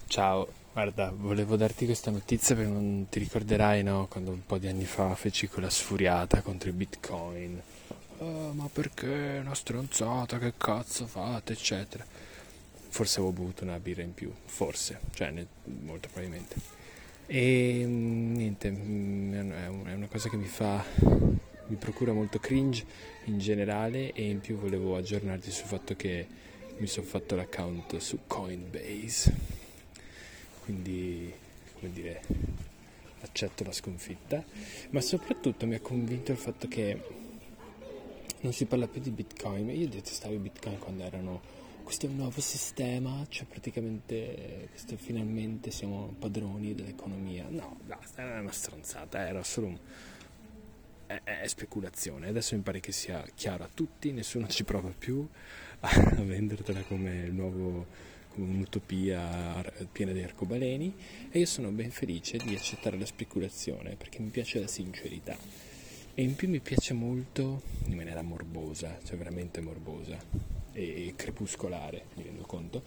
Ciao, guarda, volevo darti questa notizia perché non ti ricorderai, no? Quando un po' di anni fa feci quella sfuriata contro i Bitcoin. Ma perché una stronzata, che cazzo fate, eccetera. Forse avevo bevuto una birra in più, forse, molto probabilmente. E niente, è una cosa che mi procura molto cringe in generale e in più volevo aggiornarti sul fatto che mi sono fatto l'account su Coinbase. Quindi, come dire, accetto la sconfitta, ma soprattutto mi ha convinto il fatto che non si parla più di Bitcoin. Io detestavo i Bitcoin quando erano questo è un nuovo sistema, cioè praticamente finalmente siamo padroni dell'economia. No, basta, era una stronzata, era solo è speculazione. Adesso mi pare che sia chiaro a tutti, nessuno ci prova più a vendertela come il nuovo, come un'utopia piena di arcobaleni, e io sono ben felice di accettare la speculazione perché mi piace la sincerità e in più mi piace molto in maniera morbosa, cioè veramente morbosa e crepuscolare, mi rendo conto,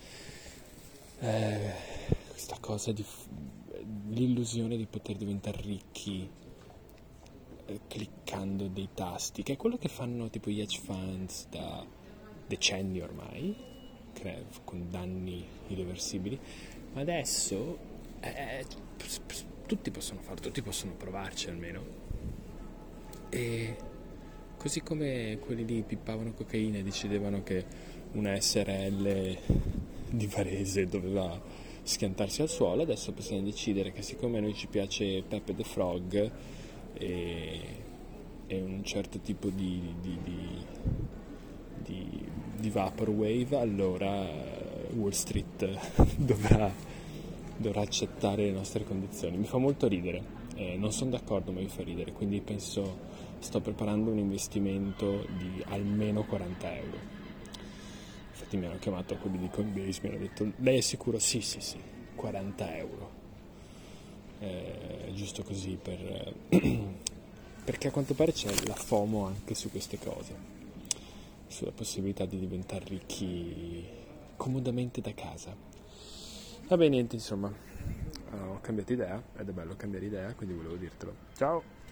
questa cosa di l'illusione di poter diventare ricchi cliccando dei tasti, che è quello che fanno tipo gli hedge funds da decenni ormai, con danni irreversibili, ma adesso tutti possono farlo, tutti possono provarci almeno. E così come quelli lì pippavano cocaina e decidevano che una SRL di Varese doveva schiantarsi al suolo, adesso possiamo decidere che siccome a noi ci piace Peppe the Frog e, e un certo tipo di vaporwave, allora Wall Street dovrà accettare le nostre condizioni. Mi fa molto ridere, non sono d'accordo ma mi fa ridere, quindi sto preparando un investimento di almeno 40 euro. Infatti mi hanno chiamato quelli di Coinbase, mi hanno detto lei è sicuro? Sì, 40 euro. Giusto così perché a quanto pare c'è la FOMO anche su queste cose, sulla possibilità di diventare ricchi comodamente da casa. Va bene, niente, insomma, ho cambiato idea ed è bello cambiare idea, quindi volevo dirtelo. Ciao!